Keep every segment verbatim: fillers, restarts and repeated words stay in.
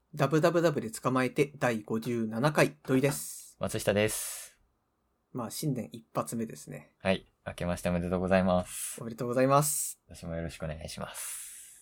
ダブダブダブで捕まえてだいごじゅうななかい、土井です。 松下です。 まあ、新年一発目ですね。 はい。明けましておめでとうございます。 おめでとうございます。 私もよろしくお願いします。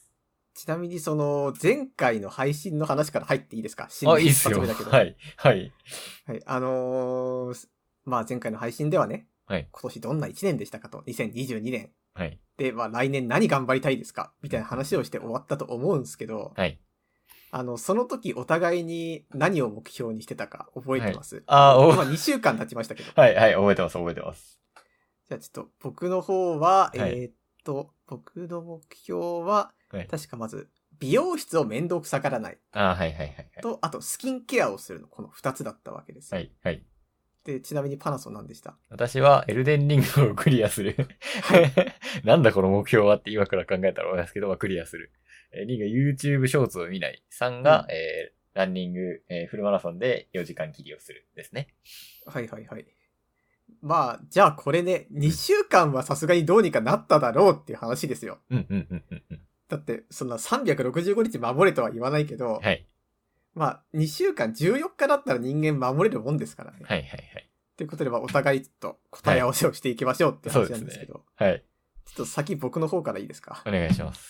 ちなみにその、前回の配信の話から入っていいですか？新あ、 年一いいっすよ。 発目だけど。 はい。はい。 はい。あのー、まあ前回の配信ではね、 はい。 今年どんないちねんでしたかと、にせんにじゅうにねん。 はい。 で、まあ来年何頑張りたいですかみたいな話をして終わったと思うんですけど、 はい。 あの、その時お互いに何を目標にしてたか覚えてます？ はい、あー、 今にしゅうかん経ちましたけど。 はい、はい、覚えてます、覚えてます。 じゃあちょっと僕の方は、 はい、 えーっと、僕の目標は、 はい、 確かまず、美容室を面倒くさがらない。 あー、はい、はい、はい。 と、あと、スキンケアをするの。この二つだったわけですよ。 はい、はい。 で、ちなみにパナソン何でした？ 私はエルデンリングをクリアする。 はい。 なんだこの目標はって今から考えたら思いますけど、まあ、クリアする。えー、にが YouTube ショーツを見ない。さんが、 うん、 えー、ランニング、えー、フルマラソンでよじかん切りをするですね。 はいはいはい。まあ、じゃあこれね、にしゅうかんはさすがにどうにかなっただろうっていう話ですよ。 うん、うん、うん、うん。うん。 だって、そんなさんびゃくろくじゅうごにち守れとは言わないけど、 はい。 まあ、にしゅうかんじゅうよっかだったら人間守れるもんですからね。 はい、はい、はい。 ということで、まあ、お互いちょっと答え合わせをしていきましょうって話なんですけど。 そうですね。はい。 ちょっと先僕の方からいいですか？ お願いします。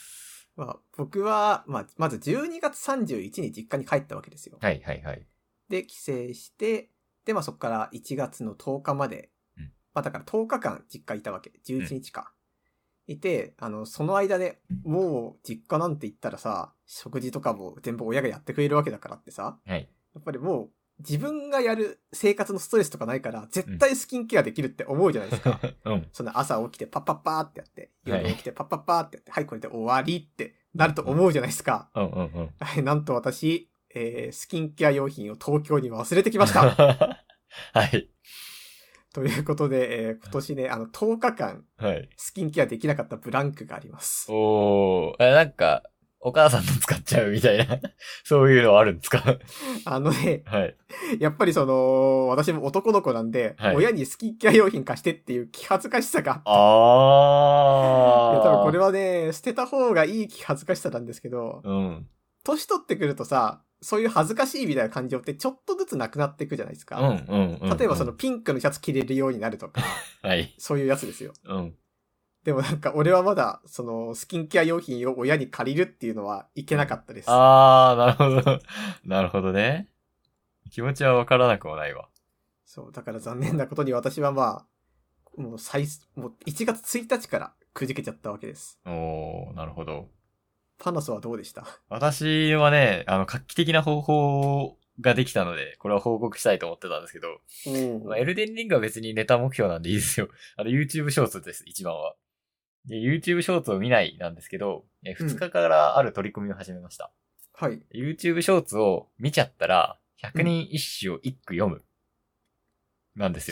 まあ、僕は、まあ、まずじゅうにがつさんじゅういちにち実家に帰ったわけですよ。 はいはいはい。 で、帰省して、で、まあそこからいちがつのとおかまで、 うん、 まあだからとおかかん実家いたわけ。じゅういちにちか。うん、いて、あの、その間で、もう実家なんて言ったらさ、食事とかも全部親がやってくれるわけだからってさ、 はい。 やっぱりもう、自分がやる生活のストレスとかないから、絶対スキンケアできるって思うじゃないですか。 うん。 その朝起きてパッパッパーってやって、 はい夜起きてパッパッパーってやって、はい、これで終わりってなると思うじゃないですか。 うんうんうん。 はい、なんと私、えー、スキンケア用品を東京に忘れてきました。 はい。 ということで、えー、今年ね、あの、とおかかん、 はい。 スキンケアできなかったブランクがあります。 おー、あ、なんか、お母さんの使っちゃうみたいな、そういうのあるんですか？ あのね、 はい。 やっぱりその、私も男の子なんで、 はい。 親にスキンケア用品貸してっていう気恥ずかしさがあって。 あいや、多分これー。 はね、捨てた方がいい気恥ずかしさなんですけど、 うん。 年取ってくるとさ、そういう恥ずかしいみたいな感情ってちょっとずつなくなっていくじゃないですか。 うんうんうん、うん。 例えばそのピンクのシャツ着れるようになるとか、 はい。 そういうやつですよ。 うん。 でもなんか俺はまだ、そのスキンケア用品を親に借りるっていうのはいけなかったです。 あー、なるほど。なるほどね。気持ちはわからなくもないわ。 そう、だから残念なことに私はまあ、もう最、もういちがつついたちからくじけちゃったわけです。 おー、なるほど。 パナソはどうでした？ 私はね、あの、画期的な方法ができたので、これは報告したいと思ってたんですけど、まあ、エルデンリングは別にネタ目標なんでいいですよ。あの、YouTube ショーツです、一番は。で、YouTube ショーツを見ないなんですけど、ふつかからある取り組みを始めました。 はい。 YouTube ショーツを見ちゃったら、ひゃくにん一首を一句読む。なんですよ。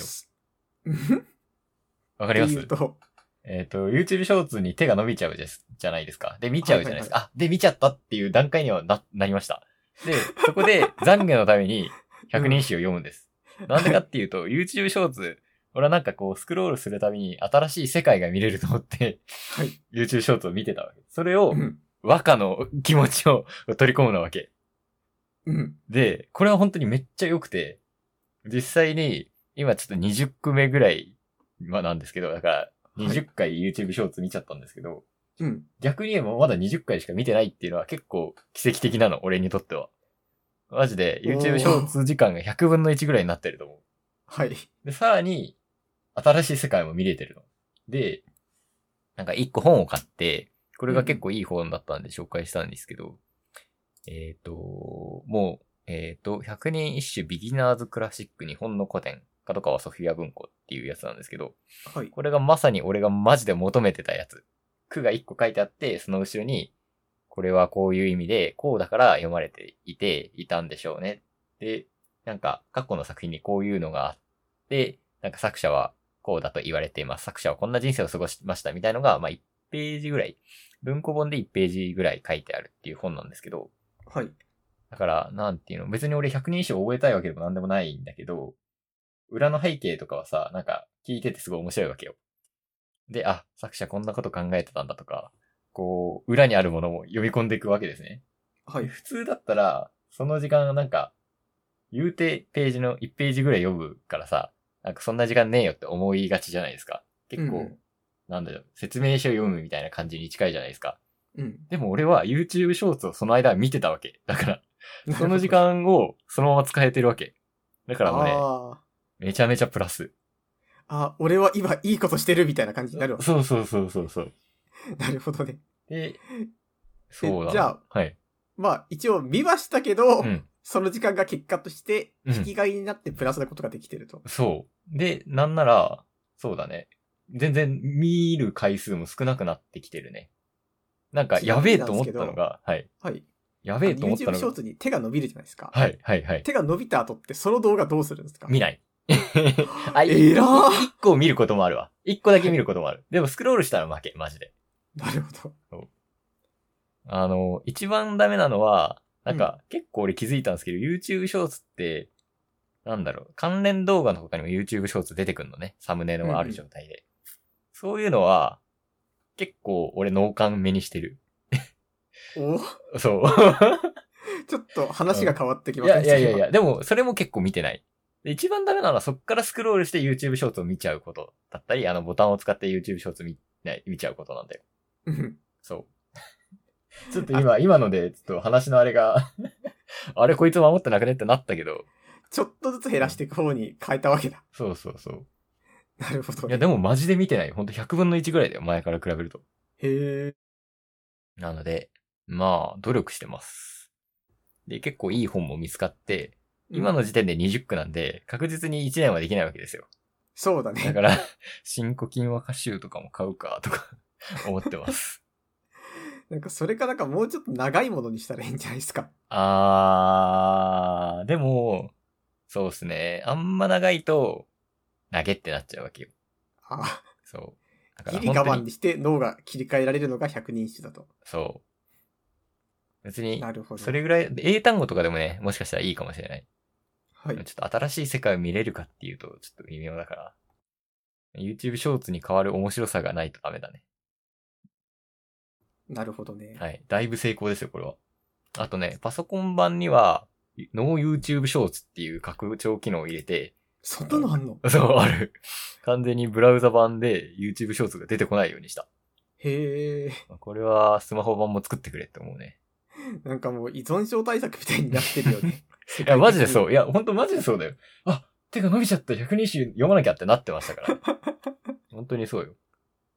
わかります？とえっ、ー、と、YouTube ショーツに手が伸びちゃうです、じゃないですか。で、見ちゃうじゃないですか。はいはいはい、あ、で、見ちゃったっていう段階にはな、なりました。で、そこで懺悔のためにひゃくにん一首を読むんです。うん、なんでかっていうと、YouTube ショーツ、俺はなんかこう、スクロールするたびに新しい世界が見れると思って、はい、YouTube ショーツを見てたわけ。それを、和歌の気持ちを取り込むなわけ。うん、で、これは本当にめっちゃ良くて、実際に、今ちょっとにじゅっくめぐらい、まあなんですけど、だから、にじゅっかい YouTube ショーツ見ちゃったんですけど、うん、逆に言えばまだにじゅっかいしか見てないっていうのは結構奇跡的なの、俺にとっては。マジで YouTube ショーツ時間がひゃくぶんのいちぐらいになってると思う。はい。で、さらに、新しい世界も見れてるの。で、なんか一個本を買って、これが結構いい本だったんで紹介したんですけど、うん、えっ、ー、と、もう、えっ、ー、と、ひゃくにん一首ビギナーズクラシック日本の古典、角川ソフィア文庫っていうやつなんですけど、はい。これがまさに俺がマジで求めてたやつ。句が一個書いてあって、その後ろに、これはこういう意味で、こうだから読まれていて、いたんでしょうね。で、なんか過去の作品にこういうのがあって、なんか作者はこうだと言われています。作者はこんな人生を過ごしましたみたいのが、まあいちページぐらい、文庫本でいちページぐらい書いてあるっていう本なんですけど、はい。だから、なんていうの、別に俺ひゃくにん一首を覚えたいわけでもなんでもないんだけど、裏の背景とかはさ、なんか聞いててすごい面白いわけよ。で、あ、作者こんなこと考えてたんだとか、こう、裏にあるものも読み込んでいくわけですね。はい。普通だったら、 その時間なんか、言うてページのいちページぐらい読むからさ、なんかそんな時間ねえよって思いがちじゃないですか。結構、 うんなんだろう、説明書読むみたいな感じに近いじゃないですか。 うん。 でも俺は YouTube ショーツをその間見てたわけ。だから、その時間をそのまま使えてるわけ。だからもうね、 あめちゃめちゃプラス。 あ。あ、俺は今いいことしてるみたいな感じになるわけ。 そうそうそうそうそう。 なるほどね。 で、そうだな。 じゃあ、 はい。 まあ一応見はしたけど、 うん。 その時間が結果としてうん引き換えになってプラスなことができてると。 そう。で、なんなら、そうだね。全然見る回数も少なくなってきてるね。なんか、やべえと思ったのが、はい。 はい。 やべえと思ったの YouTube ショーが、 ツに手が伸びるじゃないですか。 はい、はい、はい。 手が伸びた後ってその動画どうするんですか？ 見ない。あ、 えらー一個見ることもあるわ。一個だけ見ることもある。でもスクロールしたら負け、マジで。 なるほど。 あの、一番ダメなのは、なんか、結構俺気づいたんですけど、YouTube ショーツって、なんだろう、関連動画の他にも YouTube ショーツ出てくるのね。サムネのある状態で。そういうのは、結構俺脳幹目にしてる。 おそう。 ちょっと話が変わってきいませんやいやいやいや、でもそれも結構見てない。で一番ダメなのはそっからスクロールして YouTube ショーツを見ちゃうことだったり、あのボタンを使って YouTube ショーツ見ない見ちゃうことなんだよ。 うんそう。ちょっと今、今ので、ちょっと話のあれが、あれこいつ守ってなくねってなったけど。 ちょっとずつ減らしていく方に変えたわけだ。 そうそうそう。 なるほど、ね。 いや、でもマジで見てない。ほんとひゃくぶんのいちぐらいだよ。前から比べると。 へえ。 なので、まあ、努力してます。で、結構いい本も見つかって、今の時点でにじゅっくなんで、確実にいちねんはできないわけですよ。 そうだね。 だから、新古今和歌集とかも買うか、とか、思ってます。 なんかそれかなんかもうちょっと長いものにしたらいいんじゃないですか。 あー、でも、そうですね。あんま長いと、投げってなっちゃうわけよ。 あそう。だあ。ギリ我慢にして脳が切り替えられるのが百人一首だと。 そう。別に、 なるほど。 それぐらい、英単語とかでもね、もしかしたらいいかもしれない。 はい。 ちょっと新しい世界を見れるかっていうと、ちょっと微妙だから。YouTube ショーツに変わる面白さがないとダメだね。 なるほどね。 はい。だいぶ成功ですよ、これは。あとね、パソコン版には、ノー YouTube ショーツっていう拡張機能を入れて、 そんなのあんの？ そう、ある。完全にブラウザ版で YouTube ショーツが出てこないようにした。 へえ。 これはスマホ版も作ってくれって思うね。 なんかもう依存症対策みたいになってるよね。 いや、マジでそう。いや、ほんとマジでそうだよ。あ、手が伸びちゃった。ひゃくにじゅう読まなきゃってなってましたから。本当にそうよ。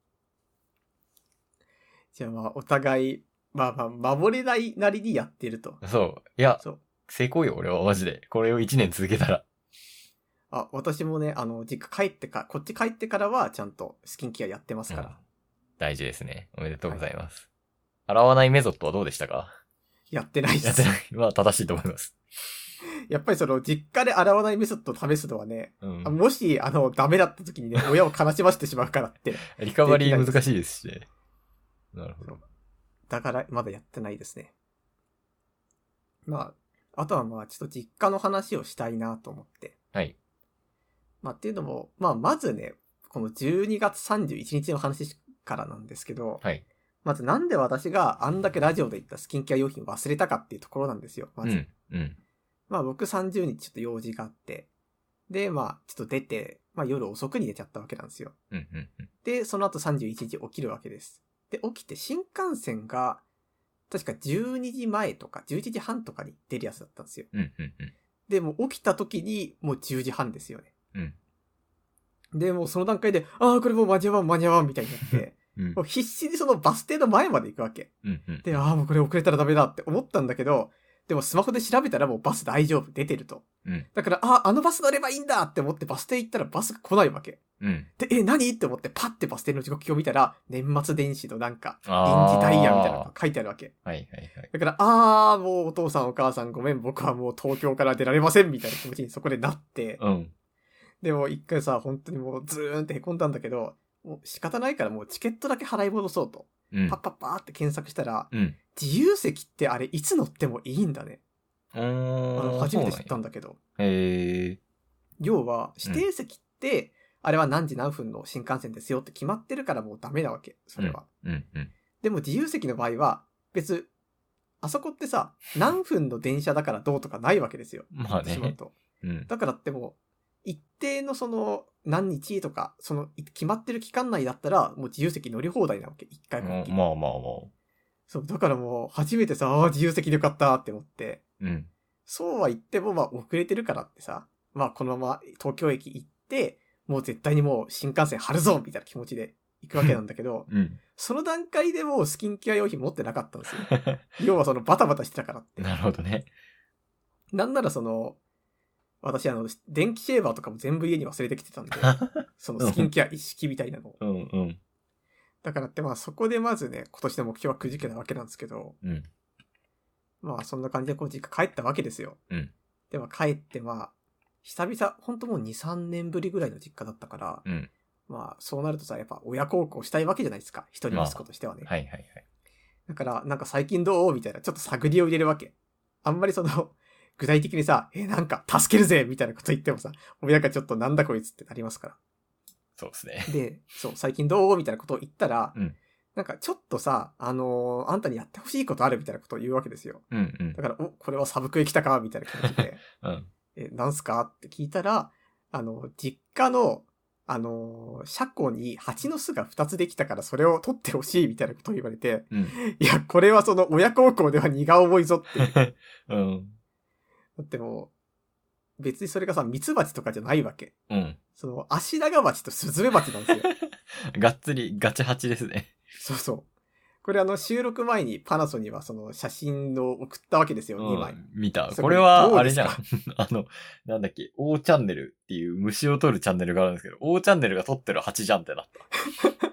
じゃあまあ、お互い、まあまあ、守れないなりにやってると。 そう。いや、 そう。 成功よ、俺はマジで。これをいちねん続けたら。 あ、私もね、あの、実家帰ってか、こっち帰ってからはちゃんとスキンケアやってますから。 うん、大事ですね。おめでとうございます。はい、洗わないメソッドはどうでしたか？ やってないです。 やってない。まあ、正しいと思います。 やっぱりその、実家で洗わないメソッドを試すのはね、 うん、 もし、あの、ダメだった時にね、親を悲しませてしまうからって。 リカバリー難しいですしね。なるほど。 だから、まだやってないですね。まあ、あとはまあ、ちょっと実家の話をしたいなと思って。 はい。 まあ、っていうのも、まあ、まずね、このじゅうにがつさんじゅういちにちの話からなんですけど、 はい。 まずなんで私があんだけラジオで言ったスキンケア用品を忘れたかっていうところなんですよ、まず。 うん。うん。 まあ僕さんじゅうにちちょっと用事があって、で、まあちょっと出て、まあ夜遅くに出ちゃったわけなんですよ。 うん。うん。 で、その後さんじゅういちにち起きるわけです。で、起きて新幹線が、確かじゅうにじまえとかじゅういちじはんとかに出るやつだったんですよ。 うん。うん。 で、もう起きた時にもうじゅうじはんですよね。 うん。 で、もうその段階で、ああ、これもう間に合わん間に合わんみたいになって、 うん、 もう必死にそのバス停の前まで行くわけ。 うんうん、 で、ああ、もうこれ遅れたらダメだって思ったんだけど、でもスマホで調べたらもうバス大丈夫、出てると。 うん、 だから、ああ、あのバス乗ればいいんだって思ってバス停行ったらバスが来ないわけ。 うん、 で、え、何って思ってパッてバス停の時刻表を見たら、年末年始のなんか、臨時ダイヤみたいなのが書いてあるわけ。 はいはいはい。 だから、ああ、もうお父さんお母さんごめん、僕はもう東京から出られませんみたいな気持ちにそこでなって、 うん。 でも一回さ、本当にもうズーンって凹んだんだけど、もう仕方ないからもうチケットだけ払い戻そうと。 うん、 パッパッパーって検索したら、 うん、 自由席ってあれいつ乗ってもいいんだね。 あの初めて知ったんだけど。 へえ。 要は、指定席って、うん、あれは何時何分の新幹線ですよって決まってるからもうダメなわけ。それは。 うん、うん、うん。 でも自由席の場合は、別、 あそこってさ、何分の電車だからどうとかないわけですよ。 まあね。 とうん。 だからってもう、一定のその、何日とか、その、決まってる期間内だったら、もう自由席乗り放題なわけ。一回こっきり。 まあまあまあ。 そう、だからもう、初めてさ、ああ、自由席でよかったって思って。 うん。 そうは言っても、まあ、遅れてるからってさ、まあ、このまま東京駅行って、もう絶対にもう新幹線張るぞみたいな気持ちで行くわけなんだけど、 うん。 その段階でもうスキンケア用品持ってなかったんですよ。要はそのバタバタしてたからって。 なるほどね。 なんならその、私あの、電気シェーバーとかも全部家に忘れてきてたんで、そのスキンケア一式みたいなの。 うんうん。 だからってまあそこでまずね、今年の目標はくじけたわけなんですけど、 うん。 まあそんな感じでこう実家帰ったわけですよ。 うん。 でも帰ってまあ、久々、ほんともうに、さんねんぶりぐらいの実家だったから、 うん。 まあそうなるとさ、やっぱ親孝行したいわけじゃないですか。一人息子としてはね。 まあ、はいはいはい。 だから、なんか最近どうみたいな、ちょっと探りを入れるわけ。あんまりその、具体的にさ、え、なんか助けるぜみたいなこと言ってもさ、親がちょっとなんだこいつってなりますから。 そうですね。 で、そう、最近どうみたいなことを言ったら、 うん。 なんかちょっとさ、あのーあんたにやってほしいことあるみたいなことを言うわけですよ。 うんうん。 だから、お、これはサブクエ来たかみたいな気持ちで、 うん。 え、なんすかって聞いたら、あの、実家の、あのー車庫に蜂の巣がふたつできたからそれを取ってほしいみたいなことを言われて、 うん。 いや、これはその親孝行では荷が重いぞっていう。 うん。 だってもう、別にそれがさ、ミツバチとかじゃないわけ。 うん。 その、アシナガバチとスズメバチなんですよ。 がっつりガチハチですね。 そうそう。これあの、収録前にパナソにはその写真を送ったわけですよ、にまい。 見た。 それこれは、あれじゃんどう。 あの、なんだっけ、O チャンネルっていう虫を撮るチャンネルがあるんですけど、O チャンネルが撮ってるハチじゃんってなった。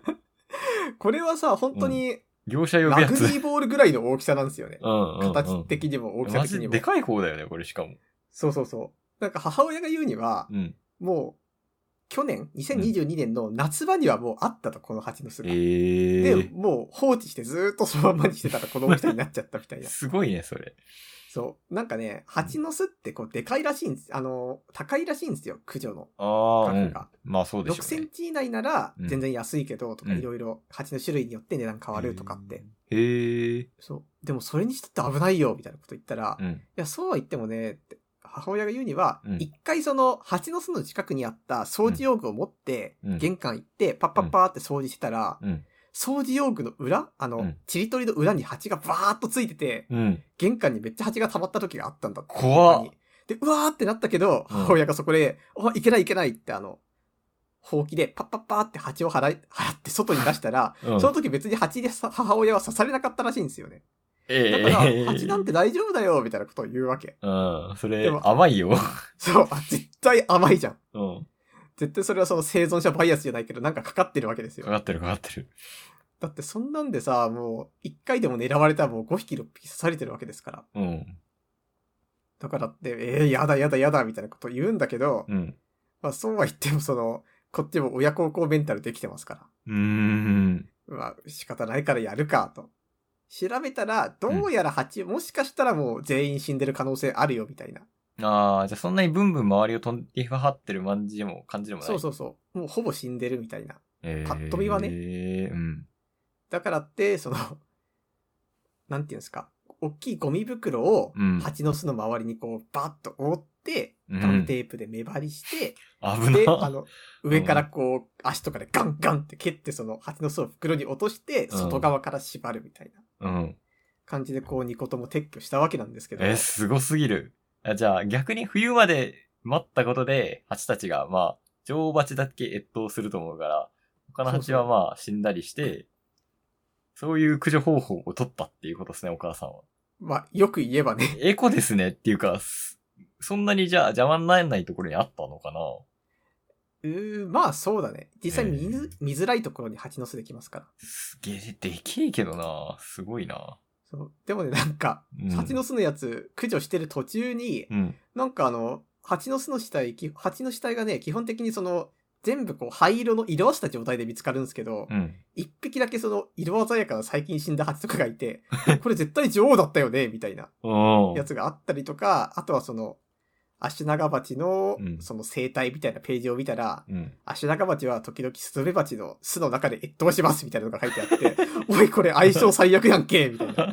これはさ、本当に、 業者呼ぶラやつ。 グビーボールぐらいの大きさなんですよね。 うんうんうん。 形的にも大きさ的にも。 マジでかい方だよね、これしかも。 そうそうそう。なんか母親が言うには、 うん。 もう、去年、にせんにじゅうにねんの夏場にはもうあったと、この蜂の巣が。 えー。 で、もう放置してずーっとそのままにしてたらこの大きさになっちゃったみたいな。 すごいね、それ。 そう。なんかね、蜂の巣ってこうでかいらしいんです。あの、高いらしいんですよ、駆除のああ、うん額が。。 まあそうでしょうね。 ろくセンチ以内ならうん全然安いけど、とかうんいろいろ蜂の種類によって値段変わるとかって。 へえ。 そう。でもそれにしたって危ないよ、みたいなこと言ったら、いうん。 や、そうは言ってもね、って母親が言うにはうん、 一、回その蜂の巣の近くにあった掃除用具を持って、 うん玄関行って、パッパッパーって掃除してたら、 うん。 掃除用具の裏あの、 うんちりとりの裏に蜂がバーっとついてて、 うん。 玄関にめっちゃ蜂が溜まった時があったんだって。 怖っ他にで、うわーってなったけど、 うん母親がそこで、あ、いけないいけないってあの、ほうきでパッパッパーって蜂を払い、払って外に出したら、 うんその時別に蜂でさ母親は刺されなかったらしいんですよね。 ええだから、蜂なんて大丈夫だよみたいなことを言うわけ。 うん。それで、も甘いよ。 そう、あ、絶対甘いじゃん。 うん。 絶対それはその生存者バイアスじゃないけど、なんかかかってるわけですよ。 かかってるかかってる。 だってそんなんでさ、もう、一回でも狙われたらもうごひきろっぴき刺されてるわけですから。 うん。 だからって、えー、やだやだやだみたいなことを言うんだけど、 うん。 まあそうは言ってもその、こっちも親孝行メンタルできてますかうーん。 ら。まあ仕方ないからやるかと。調べたら、どうやら蜂、もしかしたらもう全員死んでる可能性あるよみたいな。 ああ、じゃあそんなにブンブン周りを飛んではってる感じでも、感じでもない。 そうそうそう。もうほぼ死んでるみたいな。 えー、 パッと見はねえうん。 だからって、その、なんていうんですか。大きいゴミ袋をうん蜂の巣の周りにこうバッと覆って、 うんガムテープで目張りして、 危で、 な。 あの、上からこう、足とかでガンガンって蹴って、その蜂の巣を袋に落として、 うん外側から縛るみたいなうん。 感じで、こう、にことも撤去したわけなんですけど。 えー、すごすぎる。あじゃあ逆に冬まで待ったことで、蜂たちが、まあ、女王蜂だけ越冬すると思うから、他の蜂はまあ死んだりして、そういう駆除方法を取ったっていうことですね、お母さんは。 まあ、よく言えばね。 エコですねっていうか、そんなにじゃあ邪魔にならないところにあったのかな。 うー、まあそうだね。実際見ず、見づらいところに蜂の巣できますから。 すげえ、でけえけどな。すごいな。 そう。でもね、なんか、 うん蜂の巣のやつ駆除してる途中に、 うん。 なんかあの、蜂の巣の死体、き蜂の死体がね、基本的にその、全部こう灰色の色あした状態で見つかるんですけど、 うん。 一匹だけその色鮮やかな最近死んだ蜂とかがいて、これ絶対女王だったよね、みたいなうん。 やつがあったりとか、あとはその、アシナガバチのうんその生態みたいなページを見たら、 うん。 アシナガバチは時々スズメバチの巣の中で越冬しますみたいなのが書いてあって、おいこれ相性最悪やんけみたいな。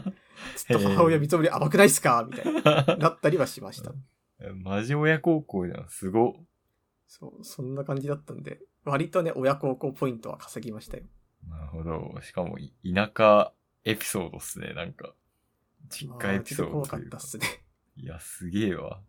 ちょっと母親見積もり甘くないっすかみたいな、なったりはしました。 マジ親孝行じゃん。すご。 そう、そんな感じだったんで、割とね、親孝行ポイントは稼ぎましたよ。 なるほど。しかも、田舎エピソードっすね、なんか。実家エピソード。 怖かったっすね。 いや、すげえわ。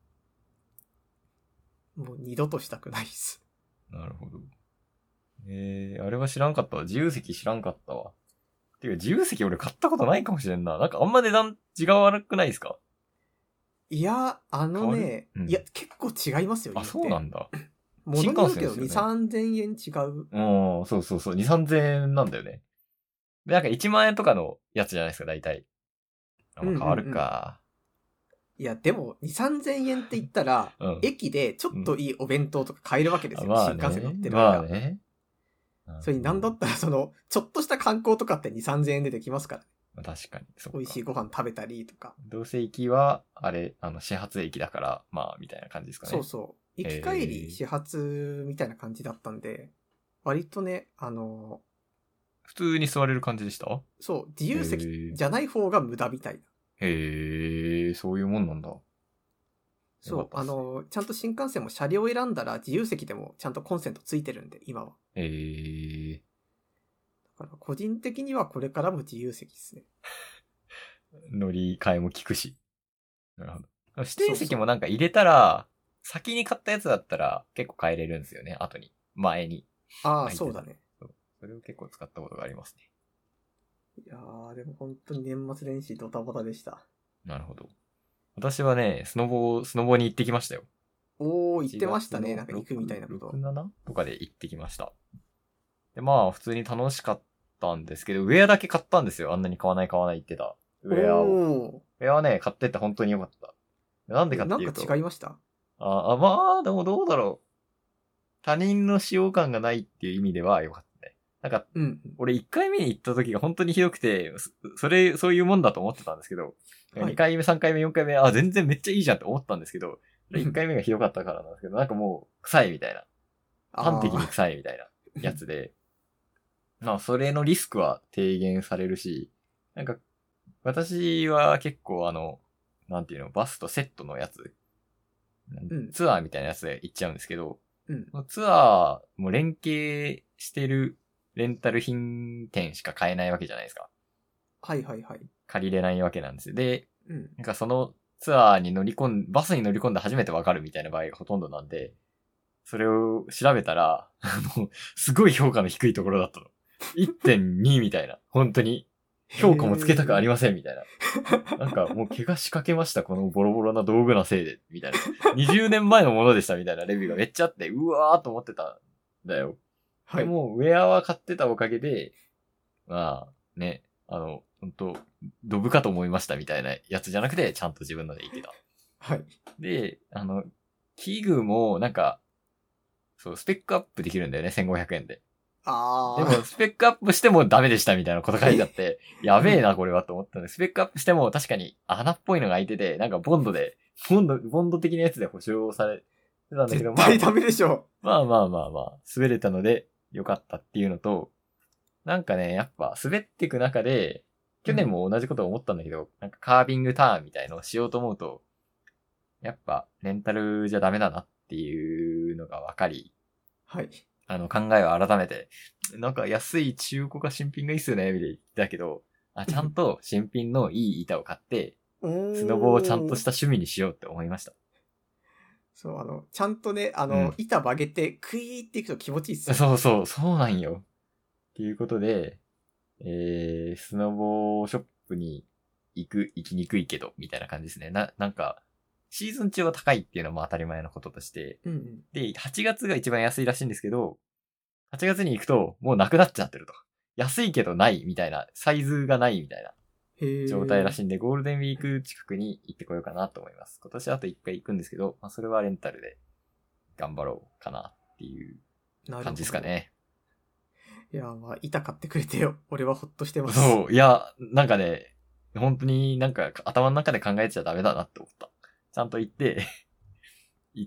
もう二度としたくないっす。 なるほど。えー、あれは知らんかったわ。自由席知らんかったわ。ていうか、自由席俺買ったことないかもしれんな。なんかあんま値段違わ悪くないですか？ いや、あのね、 うん、 いや、結構違いますよ。 あ、そうなんだ。 物によるけどに、さんぜんえん違う。 うん、そうそうそう。に、さんぜんえんなんだよね。で、なんかいちまん円とかのやつじゃないですか、大体。あ、まあ、変わるか、 うんうんうん。いや、でも、に、さんぜんえんって言ったら、うん、駅でちょっといいお弁当とか買えるわけですよ。うん、新幹線乗ってるから。まあね。それになんだったら、その、ちょっとした観光とかってに、さんぜんえんでできますから。 確かに。 美味しいご飯食べたりとか。 どうせ行きは、あれ、あの、始発駅だから、まあ、みたいな感じですかね。 そうそう。行き帰り始発みたいな感じだったんで、割とね、あの、 普通に座れる感じでした？ そう、自由席じゃない方が無駄みたいな。 へえ、そういうもんなんだ。 そう、あの、ちゃんと新幹線も車両を選んだら自由席でもちゃんとコンセントついてるんで、今は。 へえ。 だから個人的にはこれからも自由席ですね。 乗り換えも効くし。なるほど。指定席もなんか入れたら、先に買ったやつだったら結構変えれるんですよね、後に。前に。 ああ、そうだね。 そう。それを結構使ったことがありますね。 いやー、でも本当に年末年始ドタバタでした。 なるほど。私はね、スノボ、スノボに行ってきましたよ。 おー、行ってましたね。なんか行くみたいなこと。 ろく、ななとかで行ってきました。で、まあ、普通に楽しかったんですけど、ウェアだけ買ったんですよ。あんなに買わない買わない言ってた。ウェアを。ウェアはね、買ってって本当に良かった。なんでかっていうと。 なんか違いました？ ああ、まあ、でもどうだろう。他人の使用感がないっていう意味では良かったね。なんか、うん、俺いっかいめに行った時が本当にひどくて、それ、そういうもんだと思ってたんですけど、はい、にかいめ、さんかいめ、よんかいめ、あ、全然めっちゃいいじゃんって思ったんですけど、いっかいめがひどかったからなんですけど、なんかもう、臭いみたいな。端的に臭いみたいなやつで、まあ、それのリスクは低減されるし、なんか、私は結構あの、なんていうの、バスとセットのやつ、うん、ツアーみたいなやつで行っちゃうんですけど、うん、ツアーも連携してるレンタル品店しか買えないわけじゃないですか。 はいはいはい。 借りれないわけなんですよ。で、うん、なんかそのツアーに乗り込ん、バスに乗り込んで初めてわかるみたいな場合がほとんどなんで、それを調べたら、あの、すごい評価の低いところだったの。いってんに みたいな。本当に。評価もつけたくありませんみたいな。なんかもう怪我しかけましたこのボロボロな道具のせいで、みたいな。にじゅうねんまえのものでしたみたいなレビューがめっちゃあって、うわーと思ってたんだよ。はい。でも、ウェアは買ってたおかげで、まあ、ね、あの、本当ドブかと思いましたみたいなやつじゃなくて、ちゃんと自分のでいけた。はい。で、あの、器具もなんか、そう、スペックアップできるんだよね、せんごひゃくえんで。ああ。でも、スペックアップしてもダメでしたみたいなこと書いてあって、やべえな、これはと思ったんで、スペックアップしても確かに穴っぽいのが開いてて、なんかボンドで、ボンド、ボンド的なやつで保証されてたんだけど、 絶対ダメでしょ。 まあまあまあまあ、滑れたので良かったっていうのと、なんかね、やっぱ滑っていく中で、去年も同じことを思ったんだけど、うん、なんかカービングターンみたいのをしようと思うと、やっぱレンタルじゃダメだなっていうのが分かり、はい。あの、考えを改めて、なんか安い中古か新品がいいっすよね、みたいな言ったけど、あ、ちゃんと新品のいい板を買って、スノボをちゃんとした趣味にしようって思いました。 そう、あの、ちゃんとね、あの、うん、板曲げて、クイーっていくと気持ちいいっすよ、ね。 そうそう、そうなんよ。っていうことで、えー、スノボショップに行く、行きにくいけど、みたいな感じですね。な、なんか、シーズン中は高いっていうのも当たり前のこととして、うんうん、で、はちがつが一番安いらしいんですけど、はちがつに行くともうなくなっちゃってると。安いけどないみたいな、サイズがないみたいな状態らしいんで、ゴールデンウィーク近くに行ってこようかなと思います。今年あといっかい行くんですけど、まあ、それはレンタルで頑張ろうかなっていう感じですかね。 いや、まあ、板買ってくれてよ。俺はほっとしてます。 そう、いや、なんかね、本当になんか頭の中で考えちゃダメだなって思った。ちゃんと行って、行って、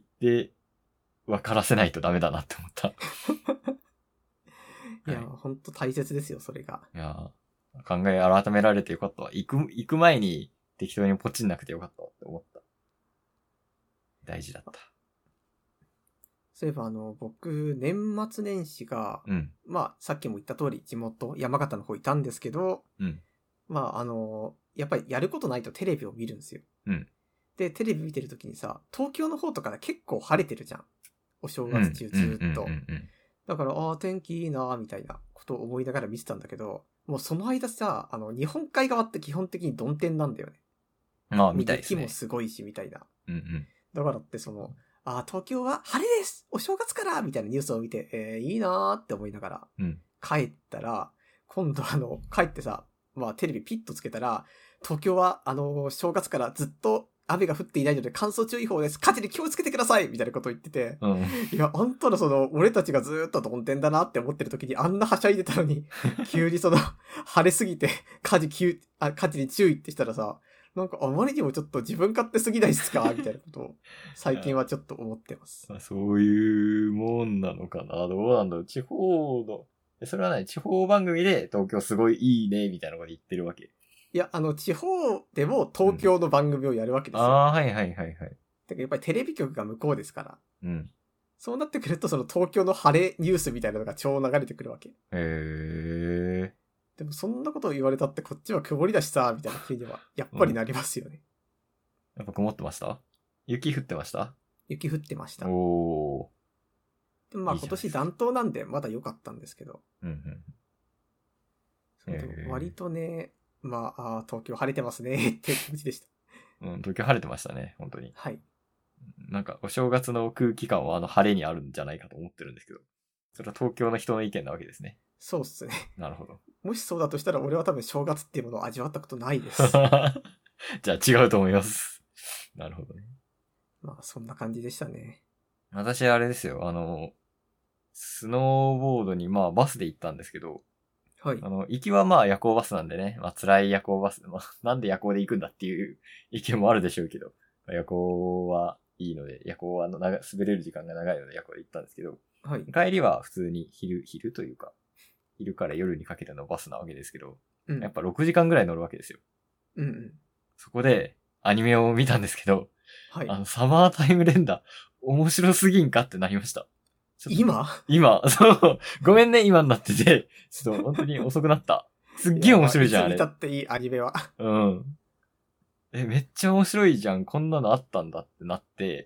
分からせないとダメだなって思った。 いや、はい、ほんと大切ですよ、それが。 いや、 考え改められてよかったわ。行く、行く前に適当にポチんなくてよかったわって思った。大事だった。 そういえばあの、僕、年末年始が、うん、まあ、さっきも言った通り、地元、山形の方いたんですけど、うん、まあ、あの、やっぱりやることないとテレビを見るんですよ。うん、で、テレビ見てるときにさ、東京の方とかで結構晴れてるじゃん。お正月中ずっと。だから、ああ、天気いいなみたいなことを思いながら見てたんだけど、もうその間さ、あの、日本海側って基本的に曇天なんだよね。 まあ、みたいですね。 雪もすごいし、みたいな。 うんうん、 だからってその、ああ、東京は晴れですお正月からみたいなニュースを見て、えー、いいなーって思いながら、うん、帰ったら、今度あの、帰ってさ、まあテレビピッとつけたら、東京はあの、正月からずっと雨が降っていないので乾燥注意報です。火事に気をつけてくださいみたいなことを言ってて、うん、いや、あんたらその、俺たちがずーっと曇天だなって思ってる時にあんなはしゃいでたのに、急にその、晴れすぎて、火事急、あ、火事に注意ってしたらさ、なんかあまりにもちょっと自分勝手すぎないっすかみたいなことを最近はちょっと思ってます。 そういうもんなのかなどうなんだろう地方の、それはね、地方番組で東京すごいいいねみたいなこと言ってるわけ。 いや、あの、地方でも東京の番組をやるわけですよ。 うん、ああ、はいはいはいはい。 だからやっぱりテレビ局が向こうですから。うん。そうなってくると、その東京の晴れニュースみたいなのが超流れてくるわけ。へえ。 でもそんなことを言われたってこっちは曇りだしさ、みたいな気には、やっぱりなりますよね。 うん、やっぱ曇ってました？雪降ってました？ 雪降ってました。 おー。でもまあ今年暖冬なんでまだ良かったんですけど。うんうん。それでも割とね、まあ、あ東京晴れてますねって気持ちでした。 うん、東京晴れてましたね、本当に。 はい。 なんかお正月の空気感はあの晴れにあるんじゃないかと思ってるんですけど。それは東京の人の意見なわけですね。 そうっすね。 なるほど。 もしそうだとしたら俺は多分正月っていうものを味わったことないです。 じゃあ違うと思います。なるほどね。 まあそんな感じでしたね。 私あれですよ、あの、スノーボードにまあバスで行ったんですけど、はい。あの、行きはまあ夜行バスなんでね、まあ辛い夜行バス、まあなんで夜行で行くんだっていう意見もあるでしょうけど、夜行はいいので、夜行はあの長滑れる時間が長いので夜行で行ったんですけど、はい。帰りは普通に昼、昼というか、昼から夜にかけてのバスなわけですけど、うん、やっぱろくじかんぐらい乗るわけですよ。うんうん。そこでアニメを見たんですけど、はい。あの、サマータイム連打、面白すぎんかってなりました。 今今そう。ごめんね、今になってて。ちょっと本当に遅くなった。すっげえ面白いじゃん、あれ。 いつ見たっていいアニメは。 うん。え、めっちゃ面白いじゃん。こんなのあったんだってなって、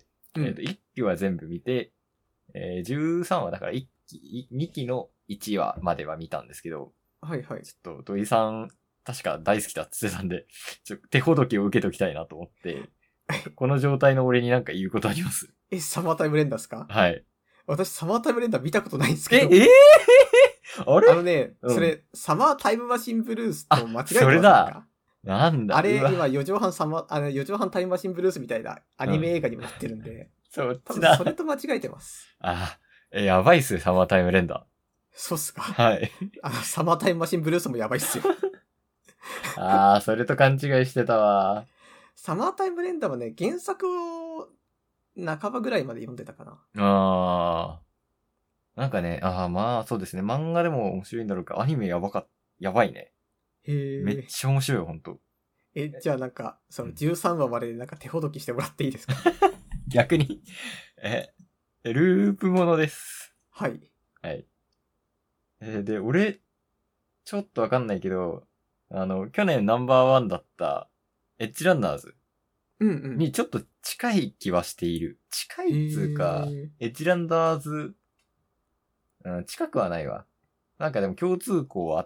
うん、えっと、いっきは全部見て、えー、じゅうさんわだからいっき、にきのいちわまでは見たんですけど、 はいはい。 ちょっと土井さん、確か大好きだって言ってたんで、ちょ手ほどきを受けときたいなと思って、この状態の俺になんか言うことあります？ え、サマータイム連打ですか？ はい。 私、サマータイム連打見たことないんですけど。 え、えー、あれあのね、うん、それ、サマータイムマシンブルースと間違えてませんか？それだ。 なんだ。 あれ、今、四畳半サマ、あの、四畳半タイムマシンブルースみたいなアニメ映画にもなってるんで。うん、 そっちだ。それと間違えてます。 あ、え、やばいっすよ、サマータイム連打。 そうっすか。 はい。 あの、サマータイムマシンブルースもやばいっすよ。 ああ、それと勘違いしてたわ。 サマータイム連打はね、原作を半ばぐらいまで読んでたかな。 ああ。なんかね、ああ、まあ、そうですね。漫画でも面白いんだろうか。アニメやばか、やばいね。 へえ。 めっちゃ面白いよ、ほんと。 え、じゃあなんか、そのじゅうさんわまででなんか手ほどきしてもらっていいですか？ 逆に。え、ループものです。 はい。 はい。えー、で、俺、ちょっとわかんないけど、あの、去年ナンバーワンだった、エッジランナーズ。 うんうん。 にちょっと近い気はしている。近いっつうか、エッジランナーズ、うん、近くはないわ。なんかでも共通項はあって、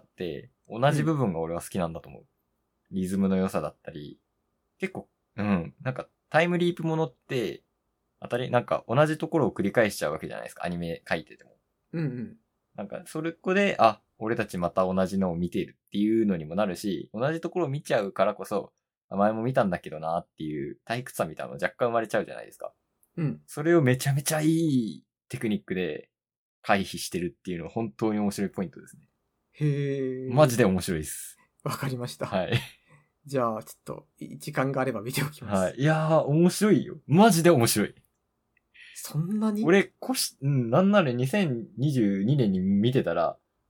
同じ部分が俺は好きなんだと思う。うん、リズムの良さだったり、結構、うん、なんかタイムリープものって、当たり、なんか同じところを繰り返しちゃうわけじゃないですか、アニメ描いてても。 うんうん。 なんか、それこで、あ、俺たちまた同じのを見ているっていうのにもなるし、同じところを見ちゃうからこそ、前も見たんだけどなっていう退屈さみたいなの若干生まれちゃうじゃないですか。 うん。 それをめちゃめちゃいいテクニックで回避してるっていうのは本当に面白いポイントですね。 へー。 マジで面白いです。 わかりました。 はい。 じゃあ、ちょっと、時間があれば見ておきます。 はい。いやー、面白いよ。マジで面白い。 そんなに？ 俺、こし、うん、なんならにせんにじゅうにねんに見てたら、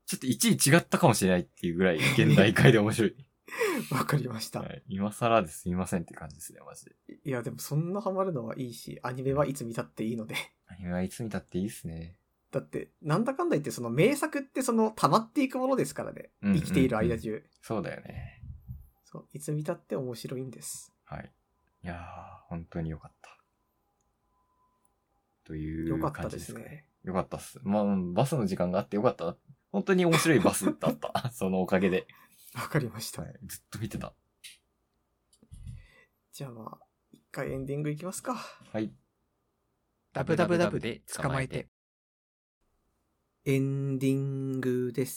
ちょっといちい違ったかもしれないっていうぐらい現代界で面白い。 わかりました、 はい。今更ですみませんって感じですね、マジで。 いや、でもそんなハマるのはいいし、アニメはいつ見たっていいので。 アニメはいつ見たっていいっすね。 だって、なんだかんだ言ってその名作ってその溜まっていくものですからね。うんうんうん、生きている間中。 そうだよね。 そう、いつ見たって面白いんです。 はい。いやー、本当によかった。という感じですかね。よかったですね。よかったっす。まあ、バスの時間があってよかったな。本当に面白いバスだった。そのおかげで。 わかりました、 はい。ずっと見てた。 じゃあまあ、一回エンディングいきますか。 はい。 ダブダブダブで捕まえて。 エンディングです。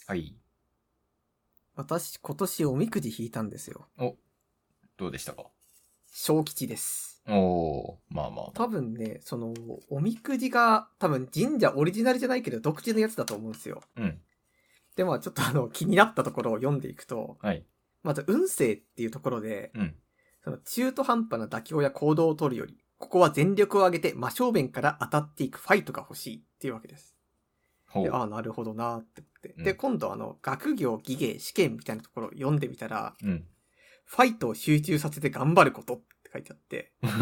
はい。 私、今年おみくじ引いたんですよ。 お、どうでしたか？ 小吉です。 おー、まあまあ。 多分ね、その、おみくじが、多分神社オリジナルじゃないけど、独自のやつだと思うんですよ。 うん。 で、まあちょっとあの、気になったところを読んでいくと、 はい。 まず、運勢っていうところで、 うん。 その中途半端な妥協や行動を取るより、ここは全力を挙げて真正面から当たっていくファイトが欲しいっていうわけです。で、ああ、なるほどなーって思って。うん、で、今度あの、学業、技芸、試験みたいなところを読んでみたら、 うん、 ファイトを集中させて頑張ることって書いてあって、 うん、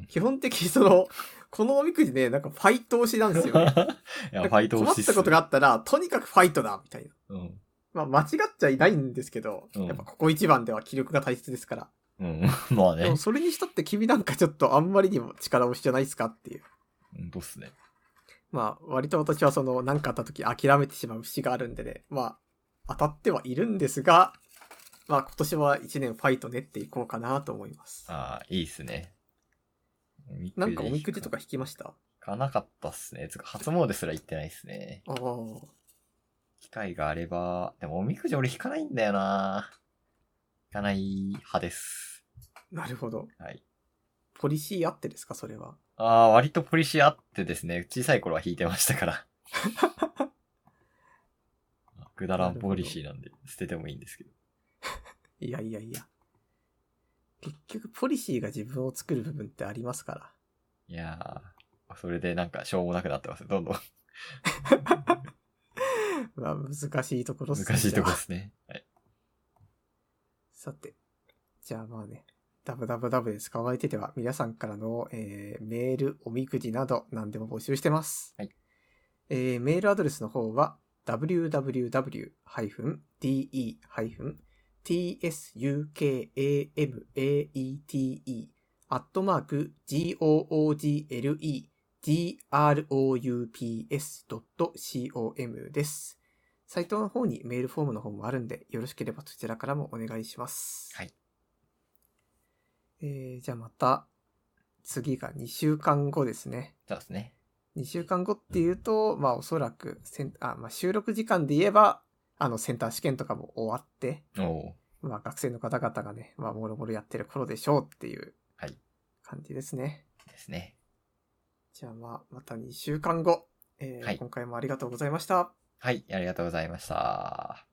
基本的にその、このおみくじね、なんかファイト推しなんですよね。 いや、ファイト推しっすね。 困ったことがあったら、とにかくファイトだみたいな。 うん、 まあ、間違っちゃいないんですけど、うん、やっぱここ一番では気力が大切ですから。 うん、まあね。 でもそれにしたって君なんかちょっとあんまりにも力推しじゃないですかっていう。 うん、どうっすね。 まあ、割と私はその、何かあった時諦めてしまう節があるんでね、まあ、当たってはいるんですが、まあ今年は一年ファイト練っていこうかなと思います。 ああ、いいっすね。 なんかおみくじとか引きました？ 引かなかったっすね。つか初詣すら行ってないっすね。 ああ。 機会があれば、でもおみくじ俺引かないんだよな。引かない派です。 なるほど。 はい。 ポリシーあってですか、それは。 ああ、割とポリシーあってですね、小さい頃は引いてましたから。くだらんポリシーなんで捨ててもいいんですけど。 いやいやいや。結局ポリシーが自分を作る部分ってありますから。 いやー、それでなんかしょうもなくなってます。どんどん。 まあ難しいところっすね。 難しいところですね。はい。 さて、じゃあまあね、ダブダブダブで捕まえてては皆さんからの、えー、メール、おみくじなど何でも募集してます。 はい。 えー、メールアドレスの方は ダブリューダブリューダブリュー ディーイー ティーエスユーケーエーエムエーイーティーイー アットマーク ジーオーオージーエルイージーアールオーユーピーエスドットコム です。サイトの方にメールフォームの方もあるんで、よろしければそちらからもお願いします。 はい。 えー、じゃあまた、次がにしゅうかんごですね。 そうですね。 にしゅうかんごっていうと、まあおそらくセン、あ、まあ収録時間で言えば、あのセンター試験とかも終わって、 おまあ学生の方々がね、まあもろもろやってる頃でしょうっていう感じですね。 はい、ですね。 じゃあまあまたにしゅうかんご、えーはい、今回もありがとうございました。 はい、ありがとうございました。